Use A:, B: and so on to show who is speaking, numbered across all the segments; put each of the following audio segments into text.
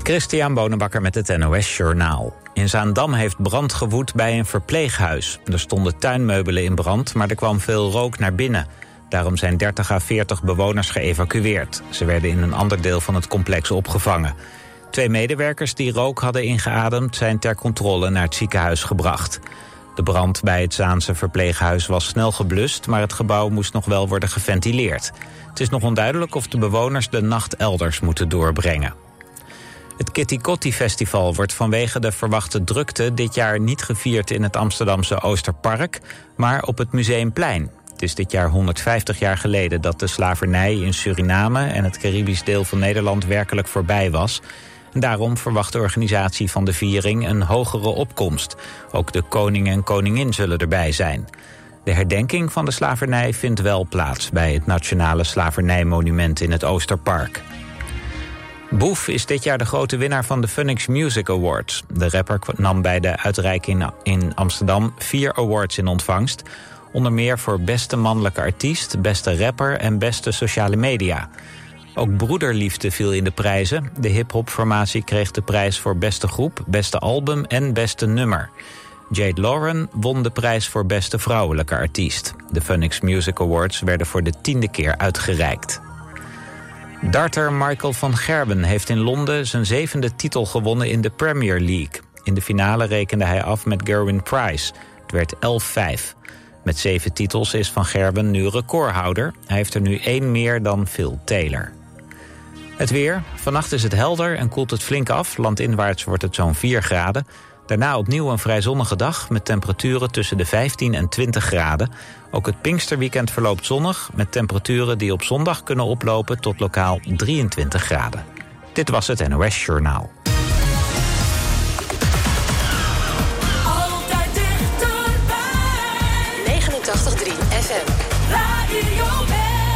A: Christian Bonenbakker met het NOS Journaal. In Zaandam heeft brand gewoed bij een verpleeghuis. Er stonden tuinmeubelen in brand, maar er kwam veel rook naar binnen. Daarom zijn 30 à 40 bewoners geëvacueerd. Ze werden in een ander deel van het complex opgevangen. 2 medewerkers die rook hadden ingeademd zijn ter controle naar het ziekenhuis gebracht. De brand bij het Zaanse verpleeghuis was snel geblust, maar het gebouw moest nog wel worden geventileerd. Het is nog onduidelijk of de bewoners de nacht elders moeten doorbrengen. Het Kitty Kotti Festival wordt vanwege de verwachte drukte dit jaar niet gevierd in het Amsterdamse Oosterpark, maar op het Museumplein. Het is dit jaar 150 jaar geleden dat de slavernij in Suriname en het Caribisch deel van Nederland werkelijk voorbij was. En daarom verwacht de organisatie van de viering een hogere opkomst. Ook de koning en koningin zullen erbij zijn. De herdenking van de slavernij vindt wel plaats bij het Nationale Slavernijmonument in het Oosterpark. Boef is dit jaar de grote winnaar van de Phoenix Music Awards. De rapper nam bij de uitreiking in Amsterdam 4 awards in ontvangst. Onder meer voor beste mannelijke artiest, beste rapper en beste sociale media. Ook Broederliefde viel in de prijzen. De hip-hop-formatie kreeg de prijs voor beste groep, beste album en beste nummer. Jade Lauren won de prijs voor beste vrouwelijke artiest. De Phoenix Music Awards werden voor de 10e keer uitgereikt. Darter Michael van Gerwen heeft in Londen zijn 7e titel gewonnen in de Premier League. In de finale rekende hij af met Gerwin Price. Het werd 11-5. Met 7 titels is Van Gerwen nu recordhouder. Hij heeft er nu 1 meer dan Phil Taylor. Het weer. Vannacht is het helder en koelt het flink af. Landinwaarts wordt het zo'n 4 graden. Daarna opnieuw een vrij zonnige dag met temperaturen tussen de 15 en 20 graden. Ook het Pinksterweekend verloopt zonnig met temperaturen die op zondag kunnen oplopen tot lokaal 23 graden. Dit was het NOS Journaal.
B: Altijd dichterbij. 89.3 FM. Radio West.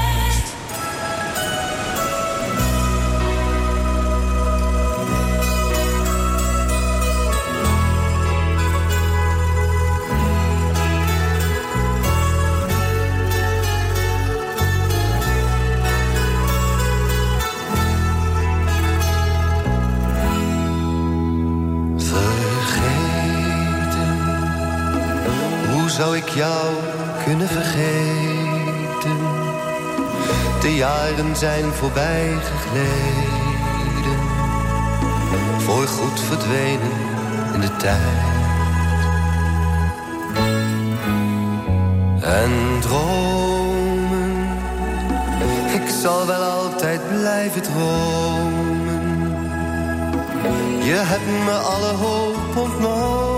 C: Zou ik jou kunnen vergeten? De jaren zijn voorbij gegleden, voorgoed verdwenen in de tijd. En dromen, ik zal wel altijd blijven dromen. Je hebt me alle hoop ontnomen.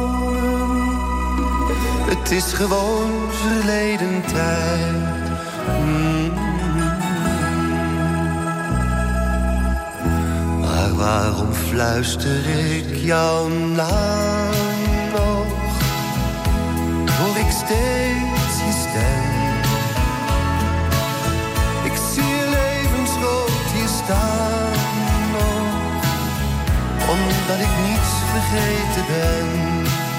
C: Het is gewoon verleden tijd. Maar waarom fluister ik jouw naam nog? Hoor ik steeds je stem. Ik zie je levensgroot hier staan nog, omdat ik niets vergeten ben.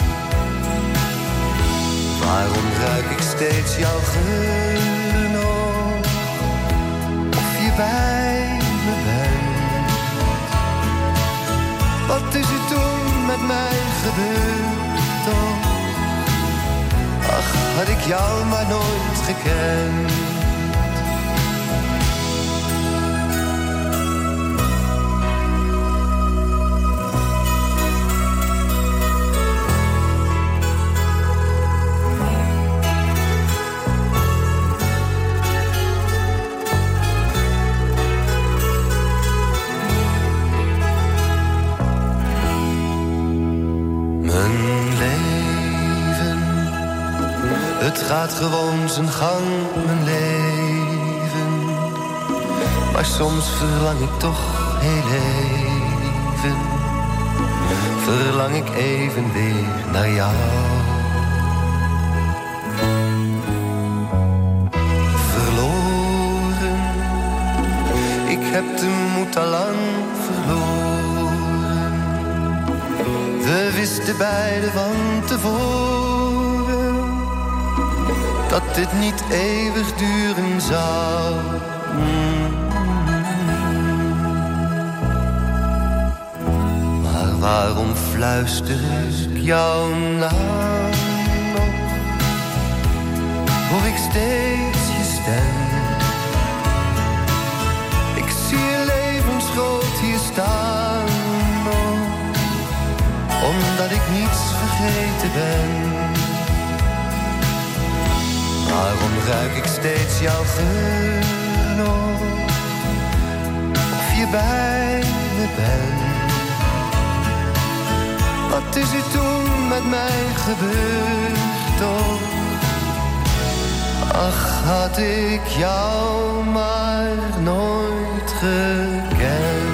C: Waarom ruik ik steeds jouw geur nog? Of je bij me bent? Wat is er toen met mij gebeurd toch? Ach, had ik jou maar nooit gekend. Het gaat gewoon zijn gang, mijn leven. Maar soms verlang ik toch heel even. Verlang ik even weer naar jou. Verloren, ik heb de moed al lang verloren. We wisten beiden van tevoren dat dit niet eeuwig duren zou. Waarom fluister ik jouw naam nog? Hoor ik steeds je stem? Ik zie je levensgroot hier staan nog, omdat ik niets vergeten ben. Waarom ruik ik steeds jouw geur nog? Of je bij me bent? Wat is er toen met mij gebeurd toch? Ach, had ik jou maar nooit gekend.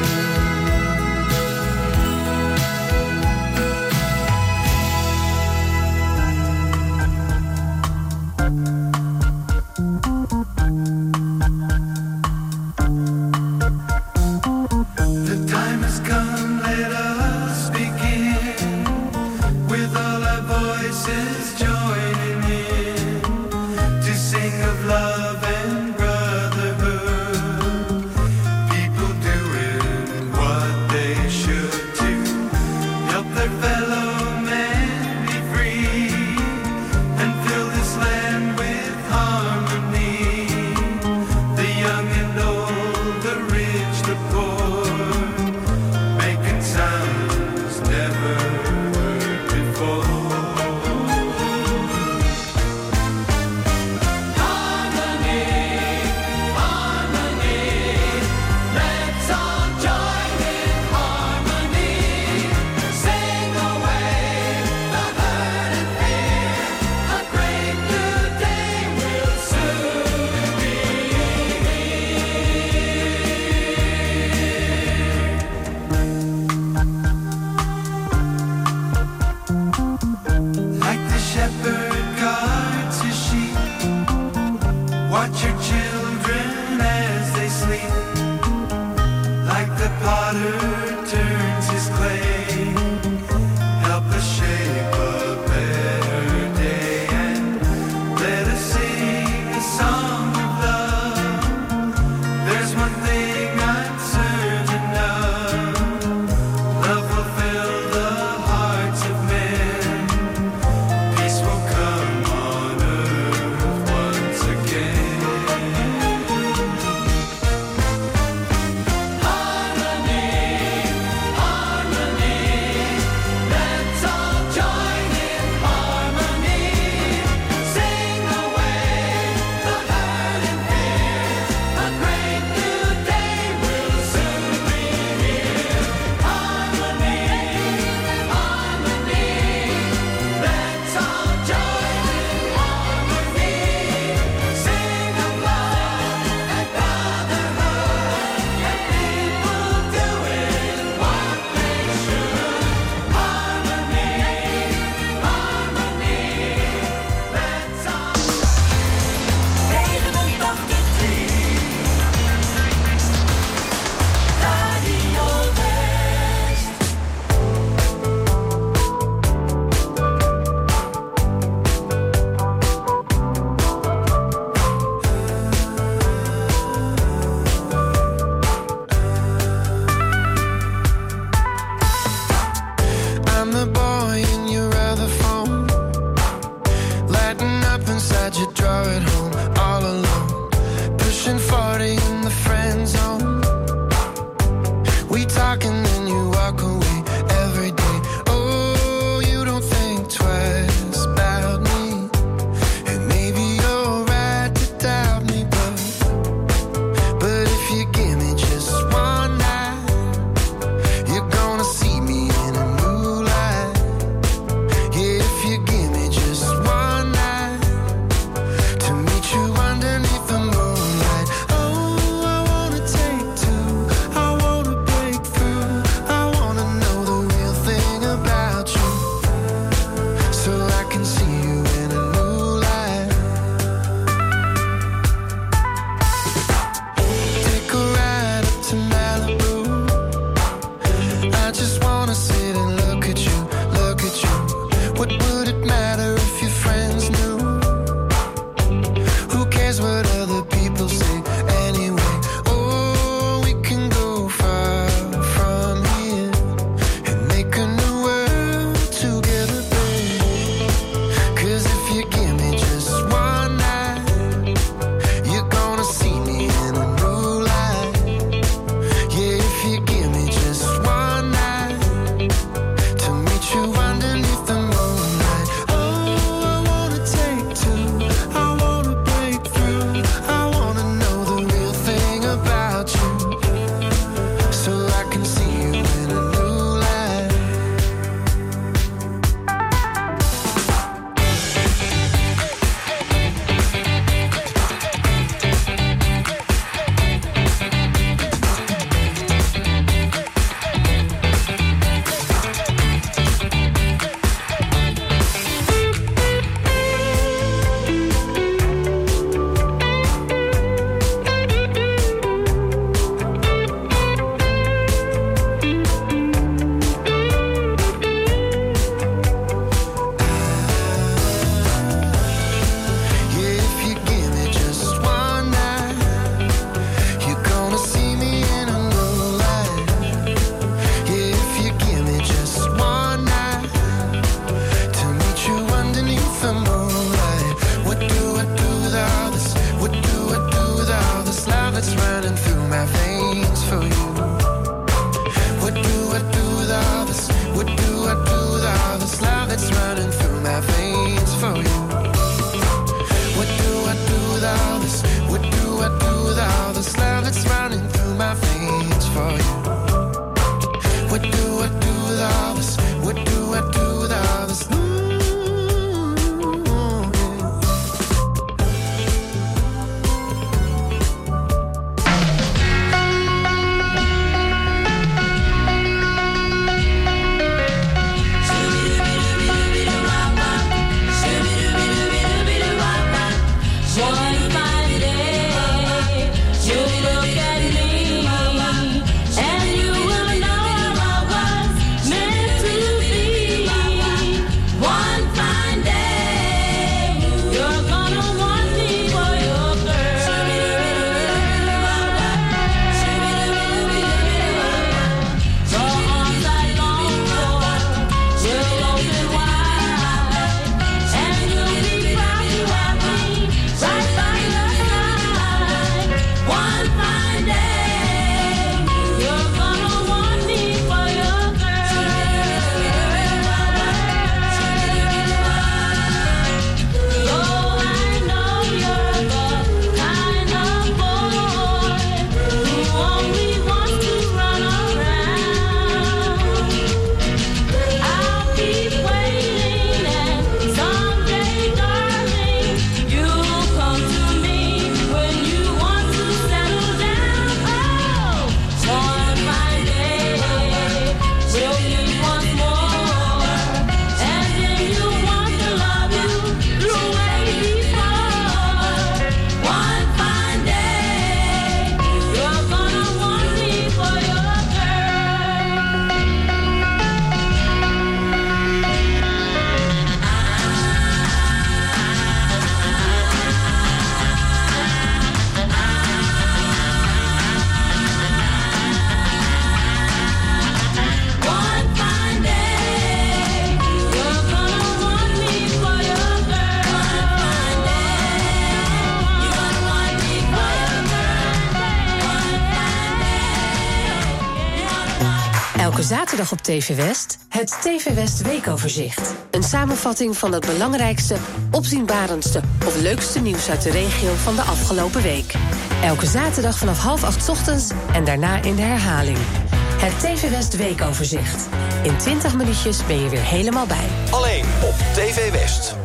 B: Elke zaterdag op TV West het TV West Weekoverzicht. Een samenvatting van het belangrijkste, opzienbarendste of leukste nieuws uit de regio van de afgelopen week. Elke zaterdag vanaf 7:30 ochtends en daarna in de herhaling. Het TV West Weekoverzicht. In 20 minuutjes ben je weer helemaal bij.
D: Alleen op TV West.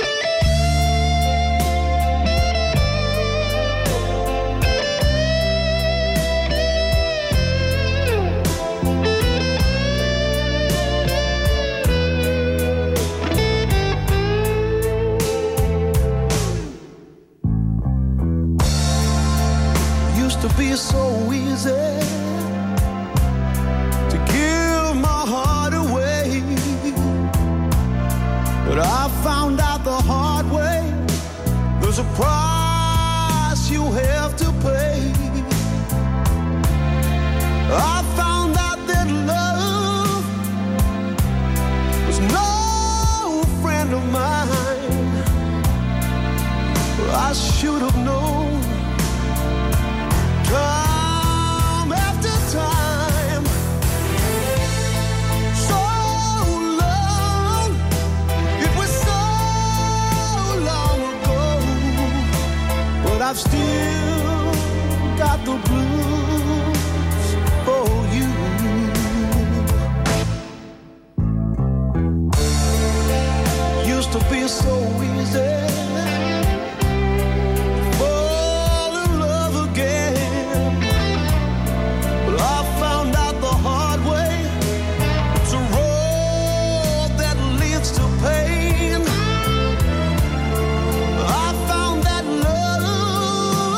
E: To be so easy to give my heart away, but I found out the hard way there's a price you have to pay. I found out that love was no friend of mine. I should have known. Time after time, so long, it was so long ago, but I've still got the blues for you. Used to be so easy. Pain. I found that love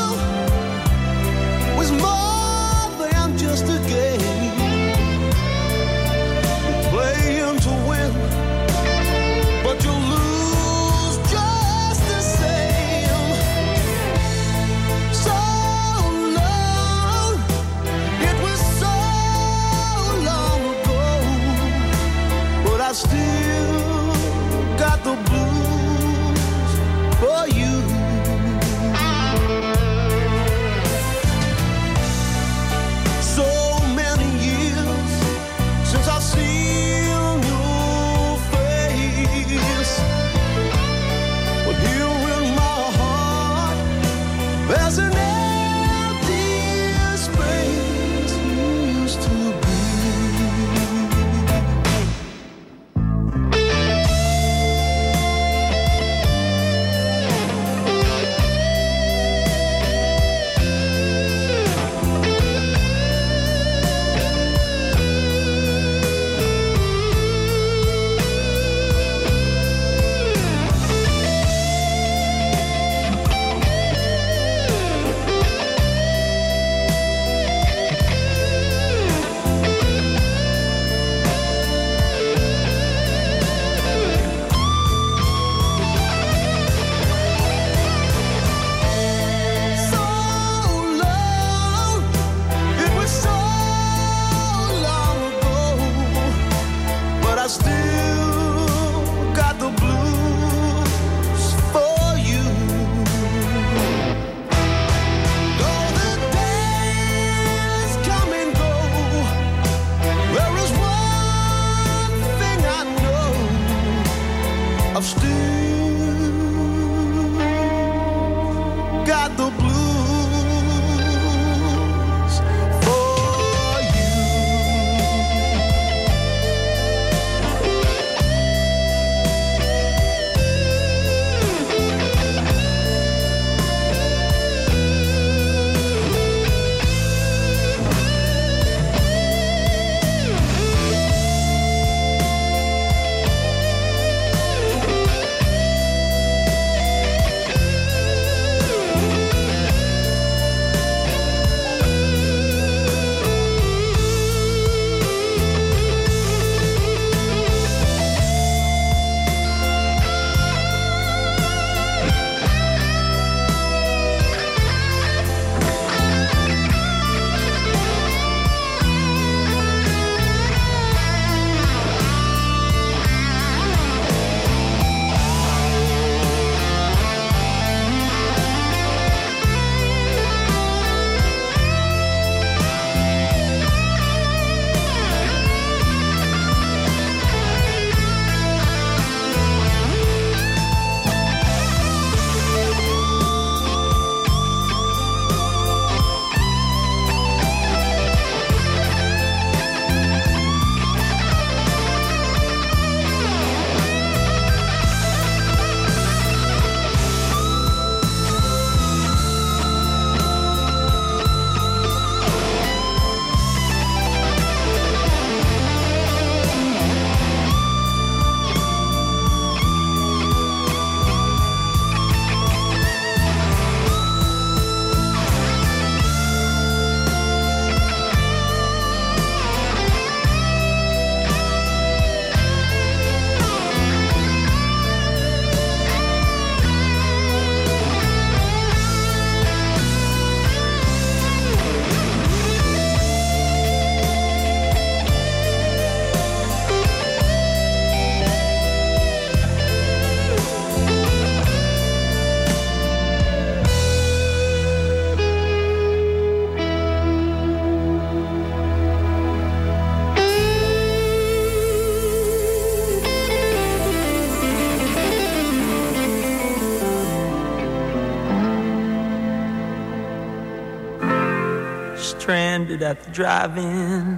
F: stranded at the drive-in,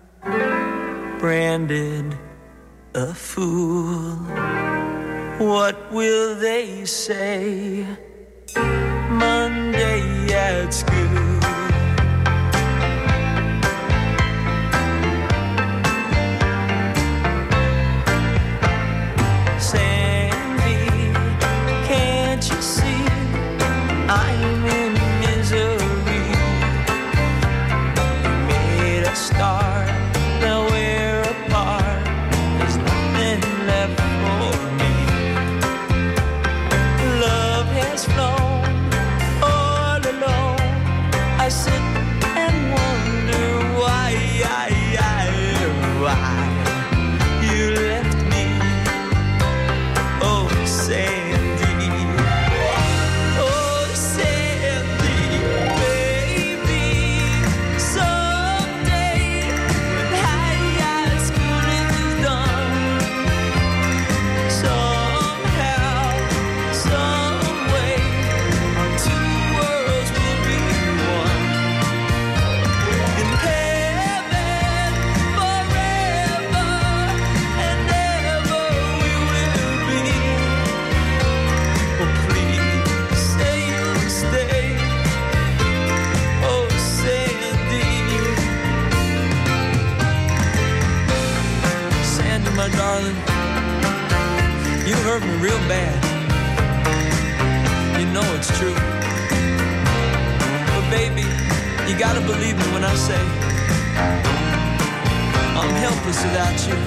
F: branded a fool. What will they say Monday at school? Sandy, can't you see I'm in misery? You made a start, now we're apart. There's nothing left for me. Love has flown all alone. I sit and wonder why you left me. Oh, Sandy, oh, Sandy, baby. Someday when high school is done, somehow, some way, our two worlds will be one. In heaven forever and ever we will be. Oh, please say you'll stay. Oh, Sandy. Sandy, my darling, you hurt me real bad. You know it's true. But baby, you gotta believe me when I say I'm helpless without you.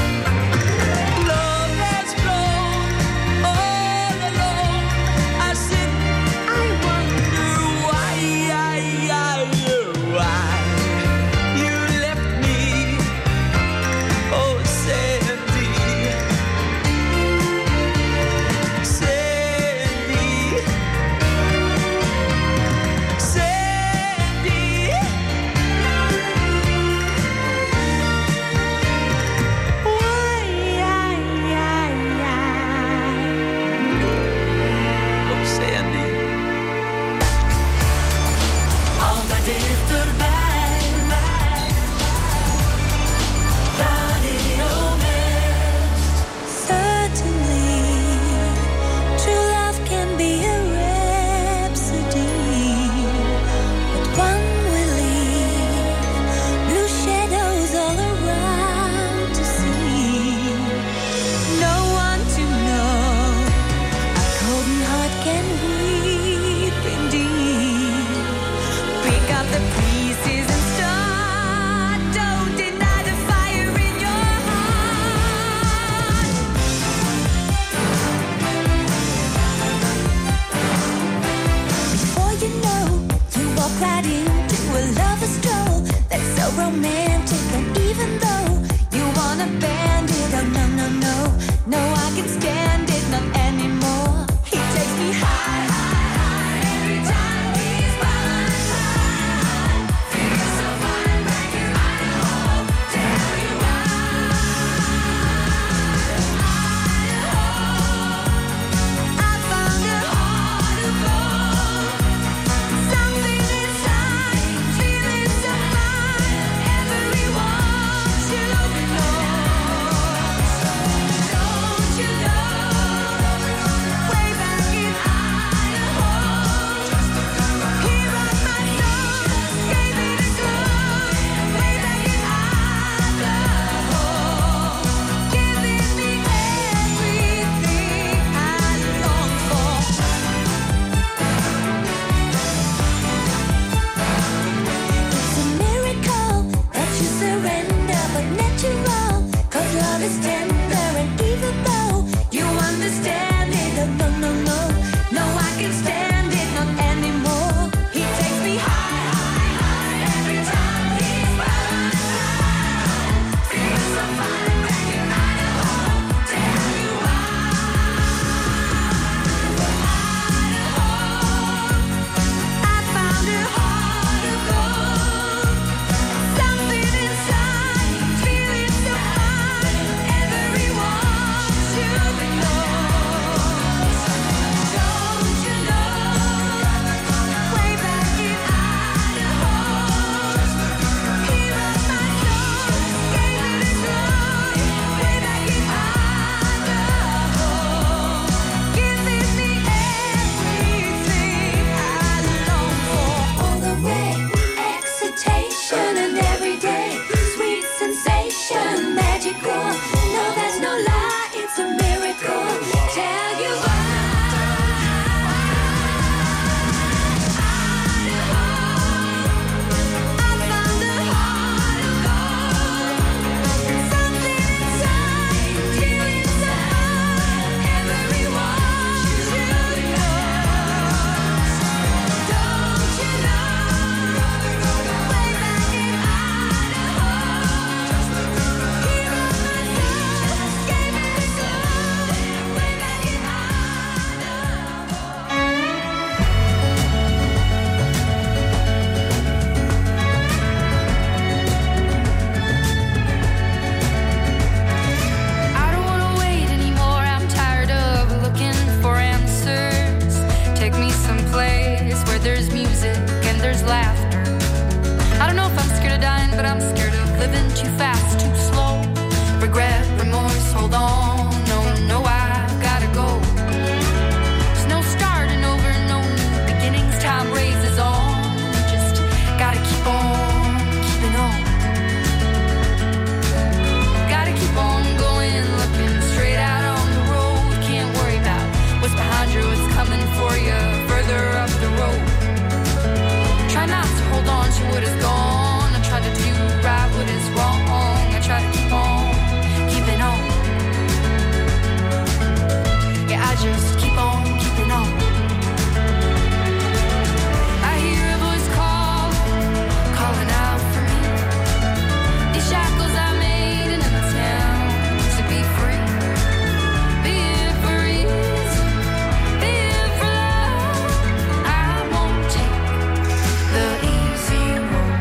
F: Love has flown all alone. I sit, I wonder why you left me. Oh, Sandy, Sandy, Sandy.
G: fast, too slow. Regret, remorse, hold on. No, I gotta go. There's no starting over, no new beginnings. Time raises on. Just gotta keep on keeping on. Gotta keep on going, looking straight out on the road. Can't worry about what's behind you, what's coming for you further up the road. Try not to hold on to what is gone. I try to do right what is wrong. I try to keep on keeping on. Yeah, I just keep on keeping on. I hear a voice calling out for me. These shackles I made in a town to be free. Be it for ease, be it for love. I won't take the easy road.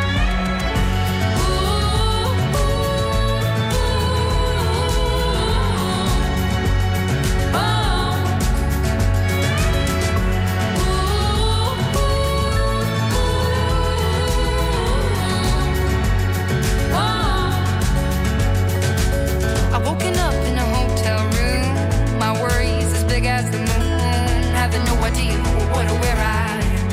G: I've woken up in a hotel room. My worries as big as the moon. Having no idea what or where I am.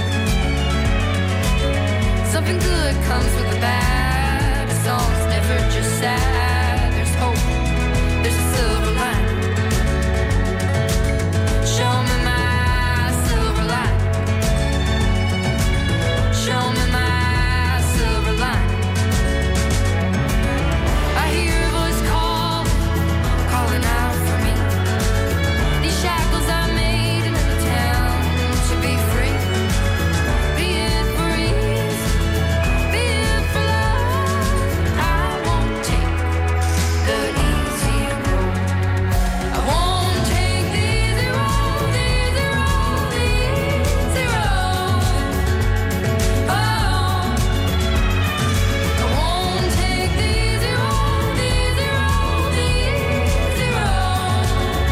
G: Something good comes with the bad. The song's never just sad. There's hope, there's a silver line. Show me my silver line. Show me my silver line. I hear a voice calling out for me. These shackles I made in the town to be free. Be it for ease, be it for love. I won't take the easy road. I won't take the easy road, the easy road, the easy road. Oh, I won't take the easy road, the easy road, the easy road.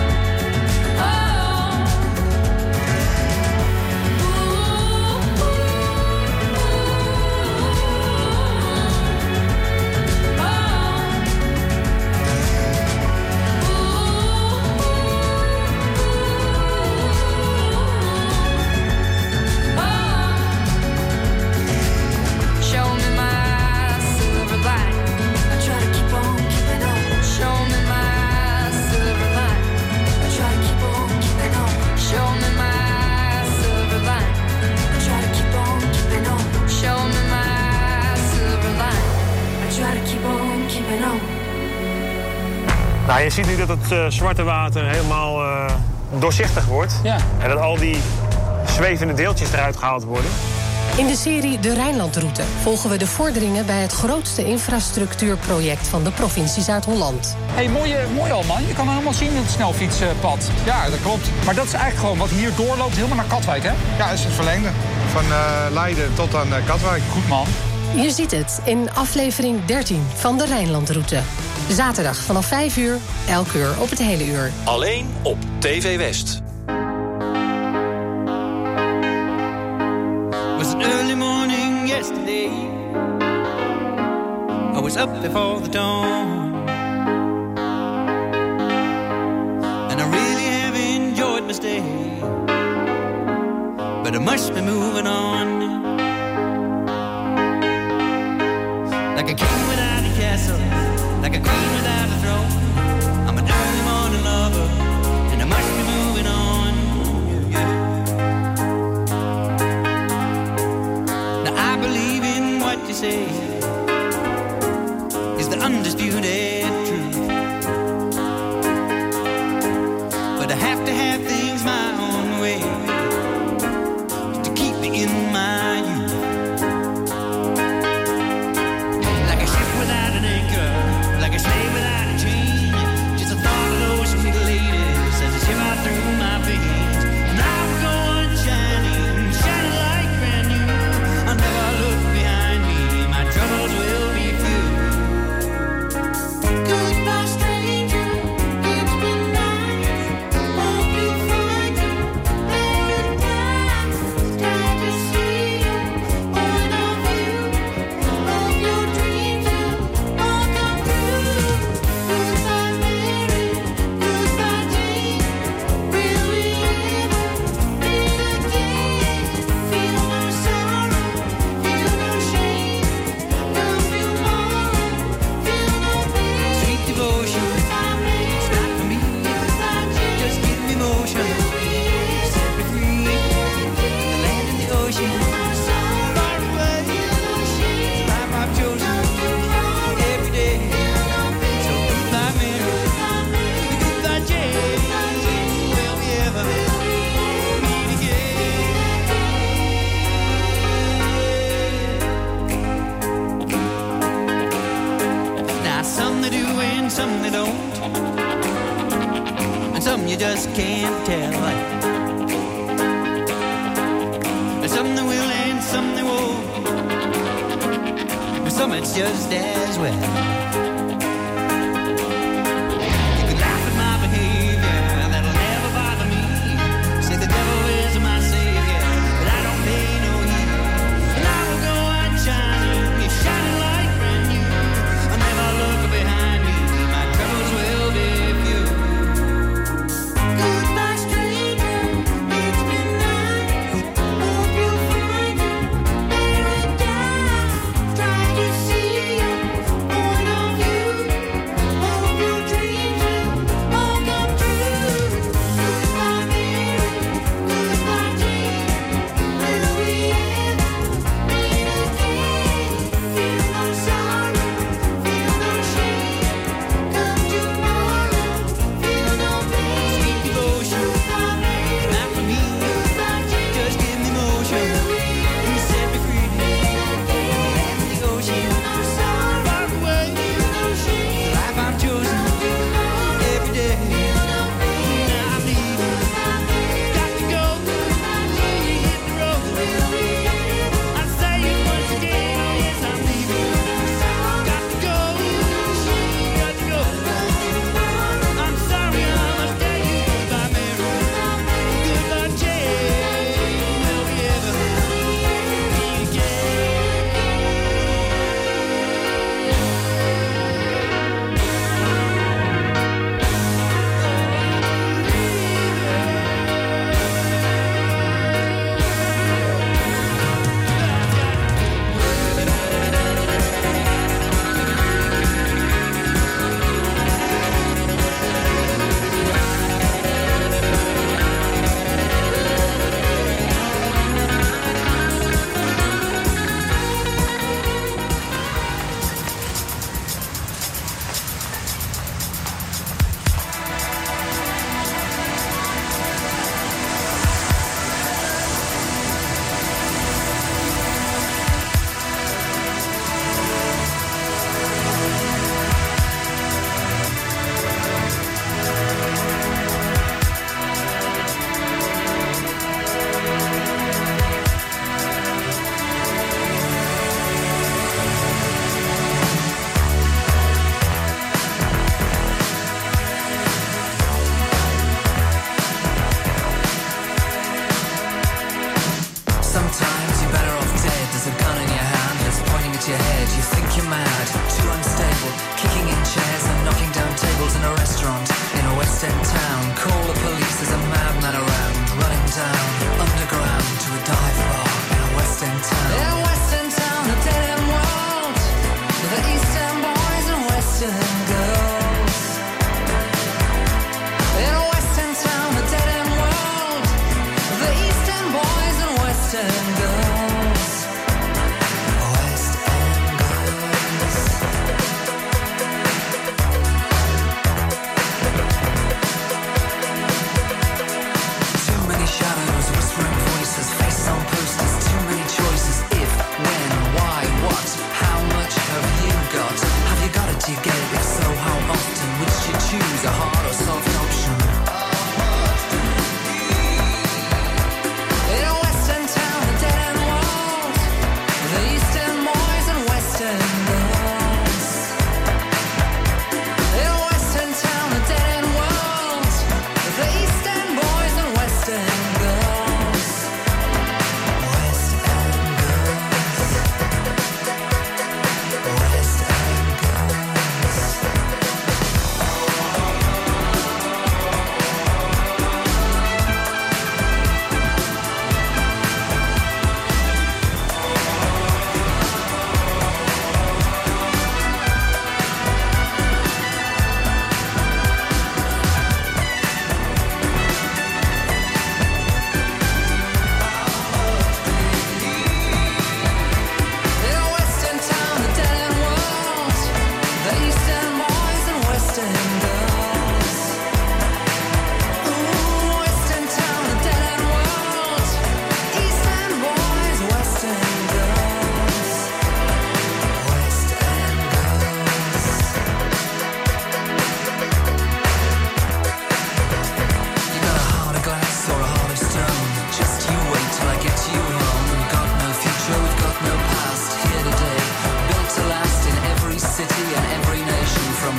G: Show me my silver line. I try to keep on keeping on. Show me my silver line. I try to keep on keeping on. Show me my silver line. I try to keep on keeping on. Show me my silver line. I try to keep on keeping on.
H: Nou, je ziet nu dat het zwarte water helemaal doorzichtig wordt.
I: Ja.
H: En dat al die zwevende deeltjes eruit gehaald worden.
B: In de serie De Rijnlandroute volgen we de vorderingen bij het grootste infrastructuurproject van de provincie Zuid-Holland.
I: Hey, mooi al, man. Je kan helemaal zien het snelfietspad. Ja, dat klopt. Maar dat is eigenlijk gewoon wat hier doorloopt helemaal naar Katwijk, hè?
J: Ja, dat is het verlengde. Van Leiden tot aan Katwijk.
I: Goed, man.
B: Je ziet het in aflevering 13 van De Rijnlandroute. Zaterdag vanaf 5 uur, elk uur op het hele uur.
D: Alleen op TV West.
F: Was an early morning yesterday. I was up before the dawn, and I really have enjoyed my stay, but I must be moving on. Like a king without a castle, like a queen without a throne. I'm an early morning lover, and I must be moving on. I believe in what you say is the undisputed truth, but I have to have things my own way to keep me in my youth. Like a ship without an anchor, like a slave without a chain, just a thought of those sweet ladies as they shiver through my veins. And I will go on shining, shining like brand new. I'll never look behind me, my troubles will be few. they do and some they don't. And some you just can't tell. And some they will and some they won't. And some it's just as well. You can laugh at my behavior, that'll never bother me. Say the devil is my savior, but I don't pay no heed. And I will go on shining, you're shining like brand new. I'll never look behind me, my troubles will be few.
G: Goodbye, stranger, it's been nice. Hope you'll find it paradise. Try to see point of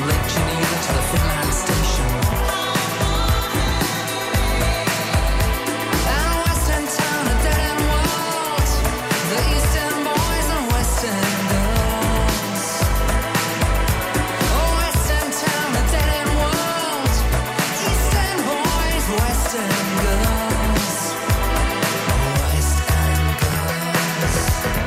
K: Lake Geneva to the Finland station. And a western town, a dead-end world. The eastern boys and western girls. A western town, a dead-end world. Eastern boys, western girls. Western girls.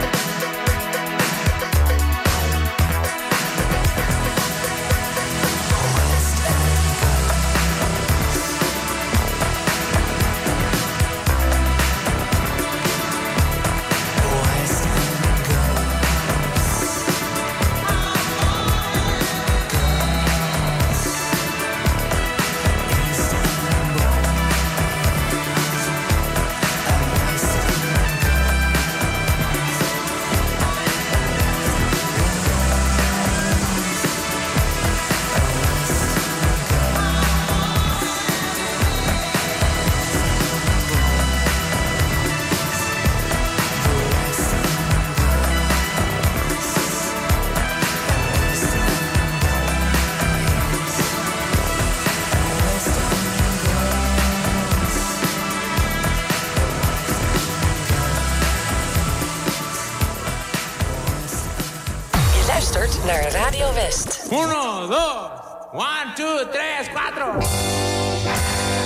B: Naar Radio West.
L: 1, 2, 1, 2, 3, 4.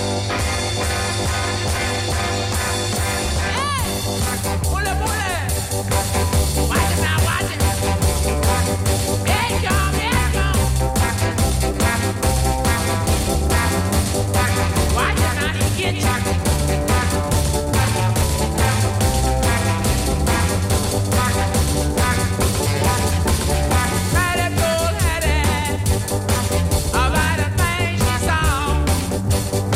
L: About a thing she saw.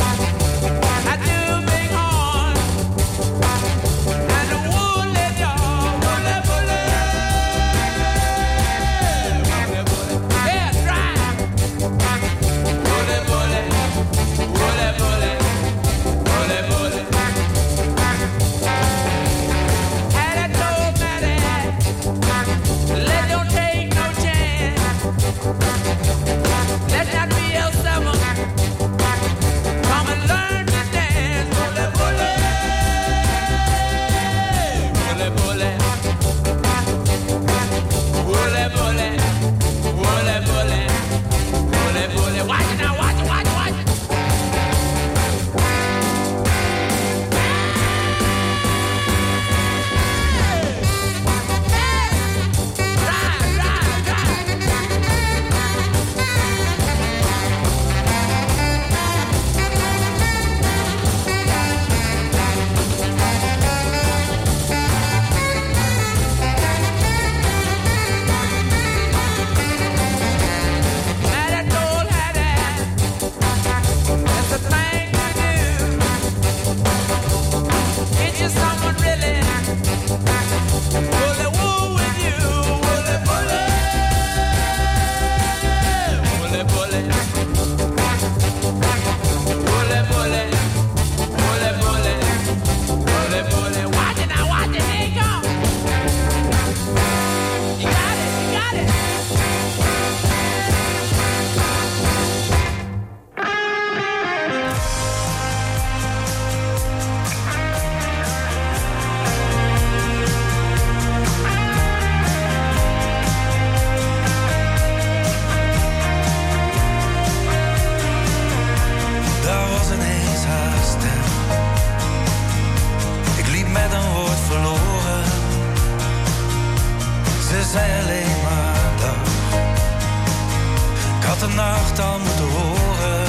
M: had de nacht al moeten horen.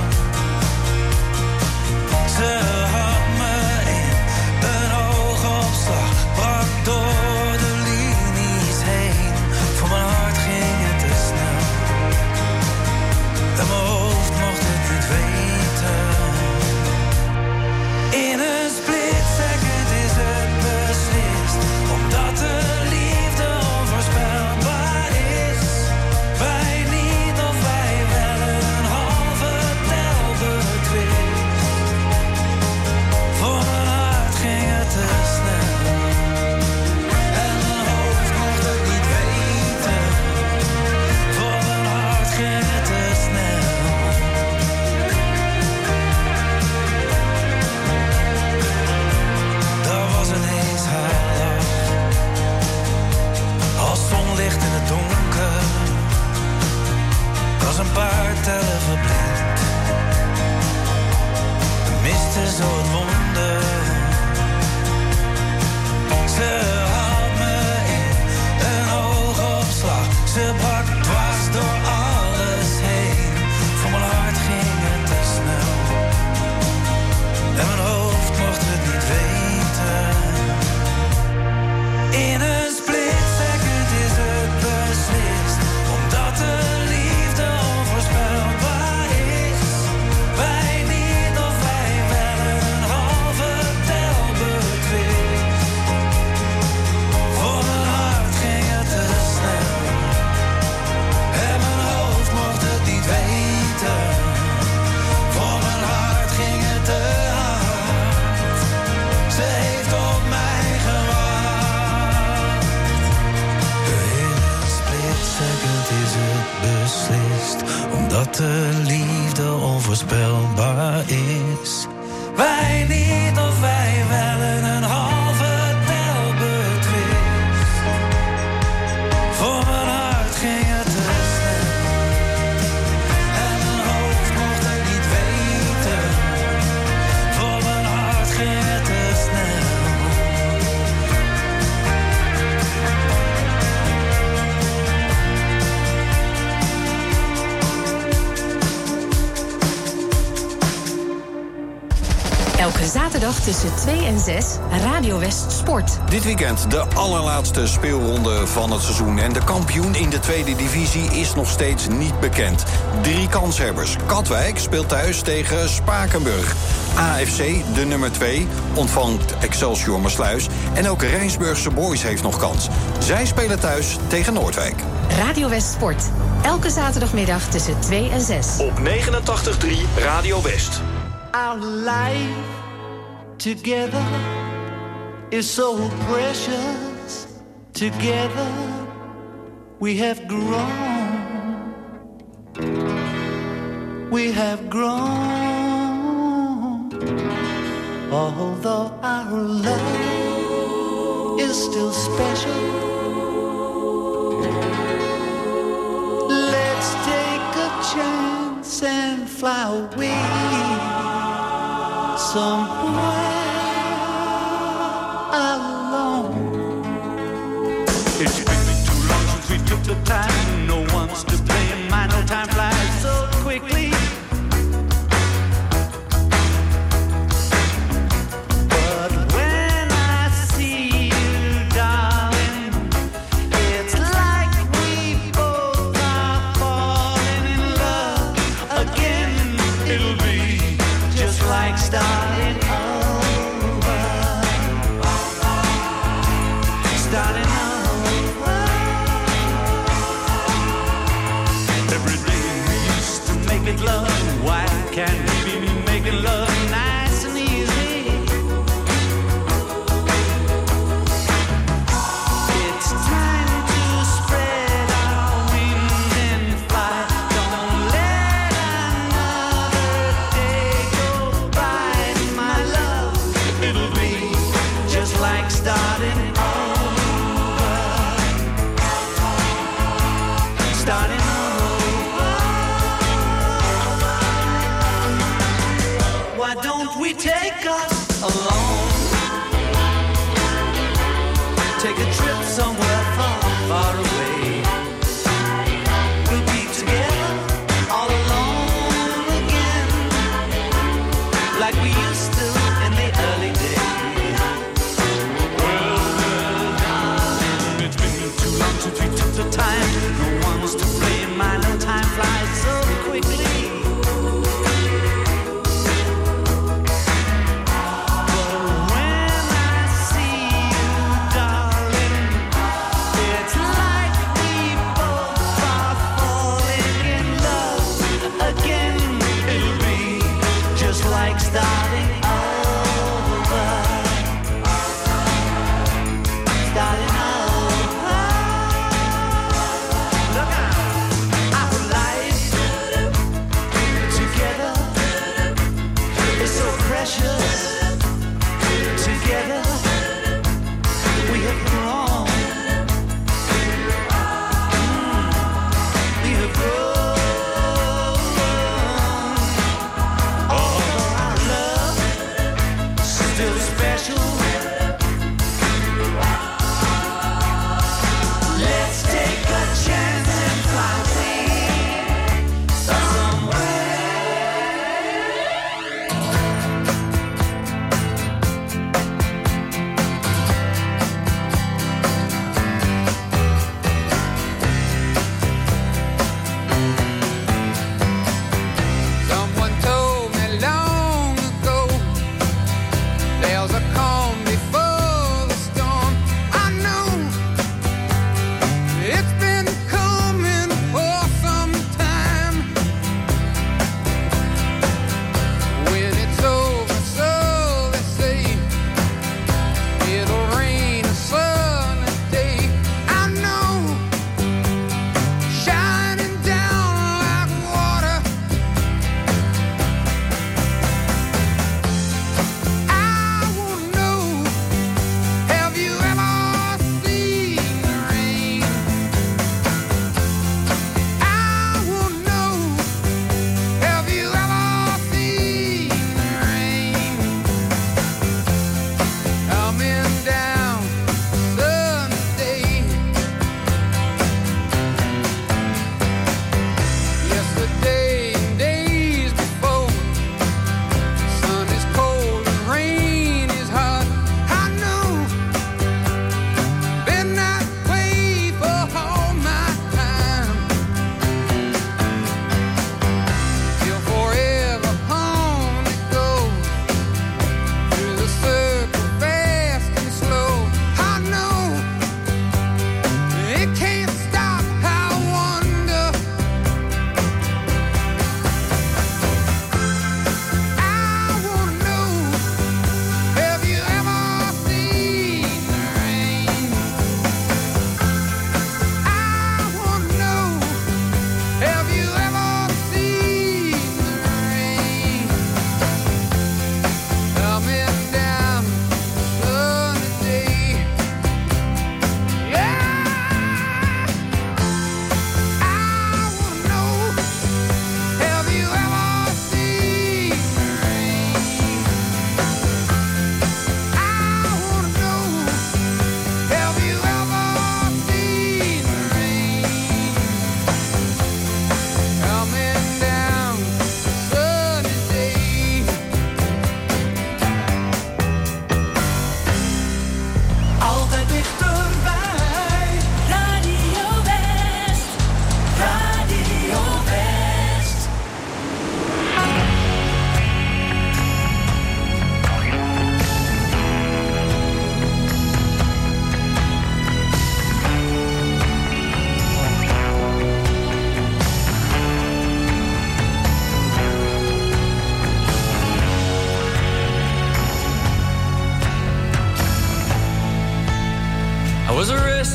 M: Ze had me in een oogopslag, brak door de linies heen. Voor mijn hart ging het te snel en mijn hoofd mocht het niet weten. In een split second is het beslist, omdat de liefde onvoorspelbaar is. Wij niet of wij wel, een halve tel betwist. als een paard tellen verblind. De mist is zo het wonder. Ze houdt me in een oogopslag. Ze brak dwars door alles heen. Voor mijn hart ging het te snel. En mijn hoofd mocht het niet weten. In een split second is het beslist. Omdat de liefde onvoorspelbaar is. Wij niet of wij wel een halve tel betwist. Voor mijn hart ging het te snel. En mijn hoofd mocht het niet weten. Voor mijn hart ging het te hard. Ze heeft op mij gewacht. De hele split second is het beslist. Omdat de liefde onvoorspelbaar is. Wij niet of wij wel een halve tel betwist. Voor mijn hart ging het te snel. En mijn hoofd mocht het niet weten. Voor mijn hart ging het te snel.
B: Elke zaterdag tussen 2 en 6, Radio West Sport.
D: Dit weekend de allerlaatste speelronde van het seizoen. En de kampioen in de tweede divisie is nog steeds niet bekend. 3 kanshebbers. Katwijk speelt thuis tegen Spakenburg. AFC, de nummer 2, ontvangt Excelsior Maassluis. En ook Rijnsburgse Boys heeft nog kans. Zij spelen thuis tegen Noordwijk.
B: Radio West Sport. Elke zaterdagmiddag tussen 2 en 6.
D: Op 89.3 Radio West.
E: Our life together is so precious. Together we have grown. We have grown. Although our love is still special. Let's take a chance and fly away somewhere alone. It's been too long since we took the time. No one's to blame. My no time flies so quickly. But when I see you, darling, it's like we both are falling in love again. It'll be just like starting over. Starting over. Every day we used to make it love. Why can't we be making love nice and easy? It's time to spread our wings and fly. Don't let another day go by, my love. It'll be just like starting over. Starting over. Why don't we take us along? Take a trip somewhere far, far away. We'll be together all alone again, like we used to in the early days. Well, darling, it's been too long since we took the time. No one's to blame. My no time flies so quickly. But when I see you, darling,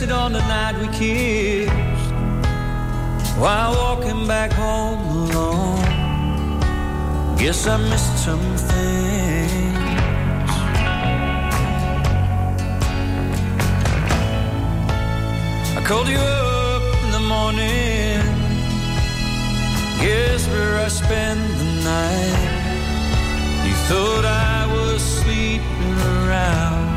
M: reflected on the night we kissed while walking back home alone. Guess I missed some things. I called you up in the morning. Guess where I spend the night. You thought I was sleeping around.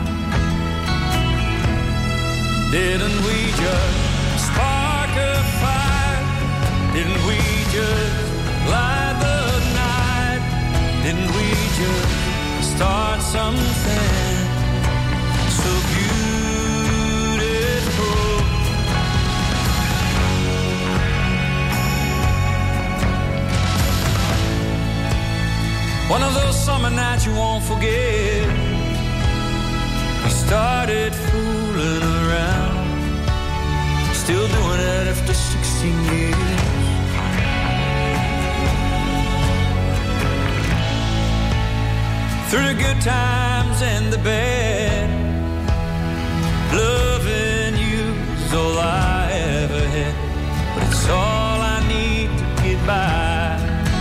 M: Didn't we just spark a fire? Didn't we just light the night? Didn't we just start something so beautiful? One of those summer nights you won't forget. We started fooling around, still doing it after 16 years. Through the good times and the bad, loving you is all I ever had, but it's all I need to get by.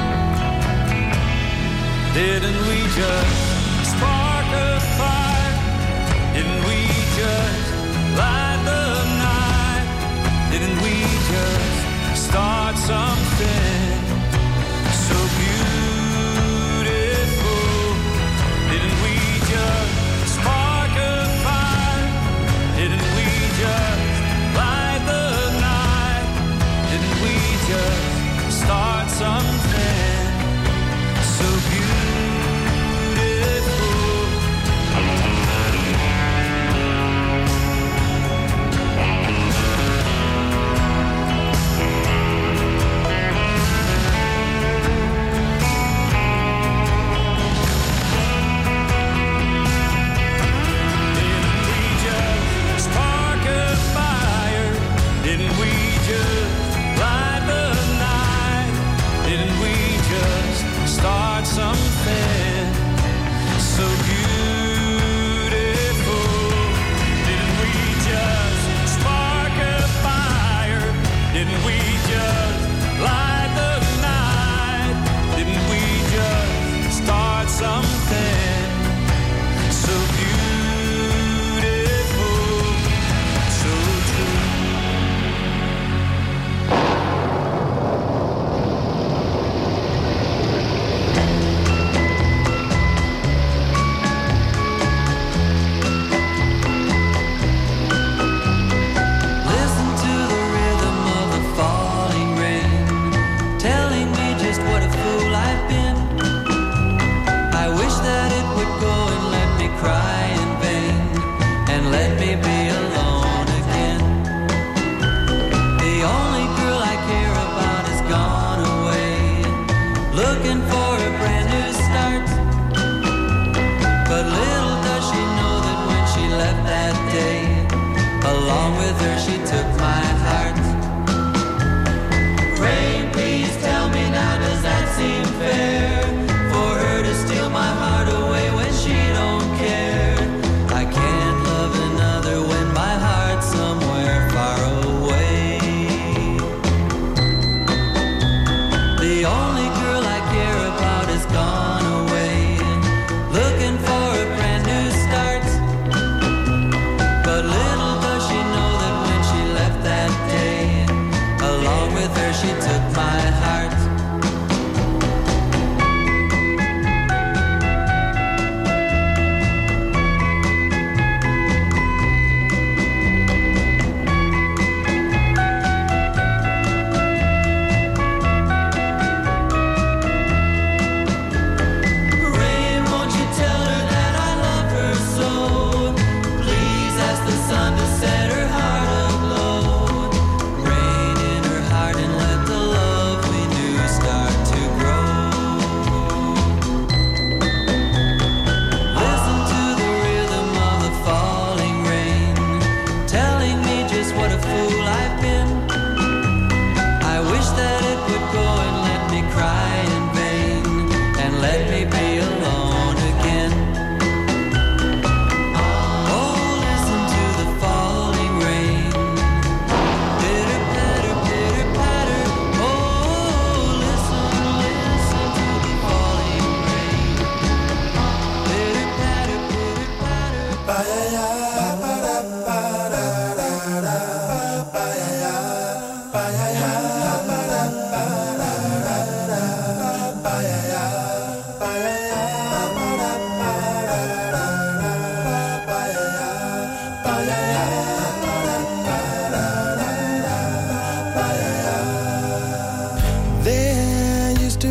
M: Didn't we just spark a fire? Didn't we just light the night? Didn't we just start something so beautiful? Didn't we just spark a fire? Didn't we just light the night? Didn't we just start something so beautiful?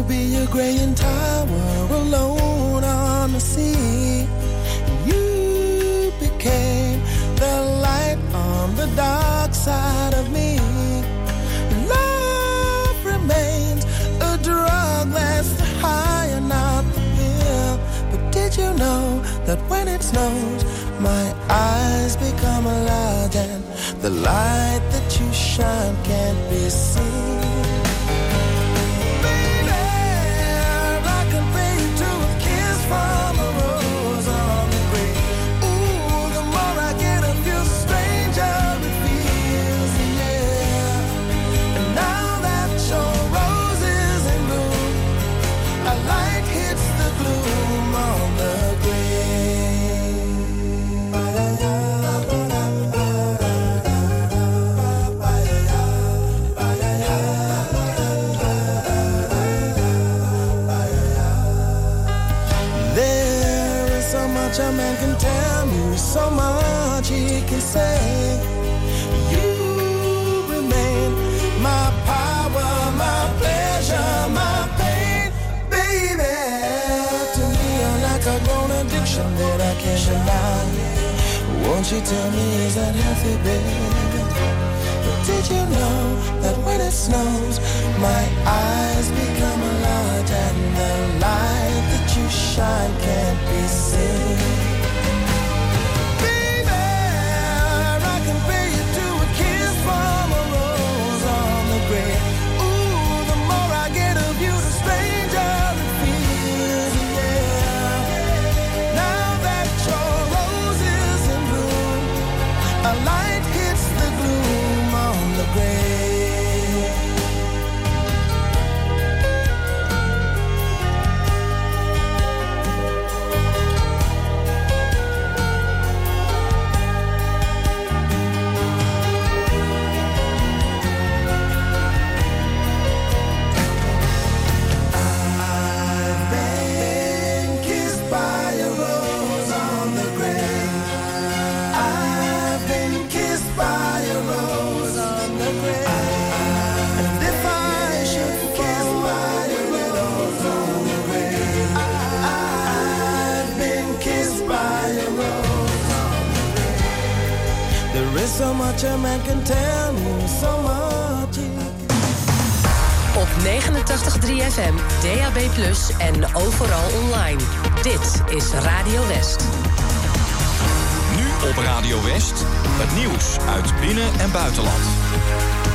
N: be a graying tower alone on the sea. You became the light on the dark side of me. Love remains a drug that's the high and not the pill. But did you know that when it snows, my eyes become large and the light that you shine can't be seen? A man can tell me so much he can say. You remain my power, my pleasure, my pain, baby. To me you're like a grown addiction that I can't deny. Won't you tell me, is that healthy, baby? But did you know that when it snows, my eyes become large and the light that you shine can't be seen? So much a man can tell me, so much.
B: Op 89.3 FM, DAB+ en overal online. Dit is Radio West.
O: Nu op Radio West, het nieuws uit binnen- en buitenland.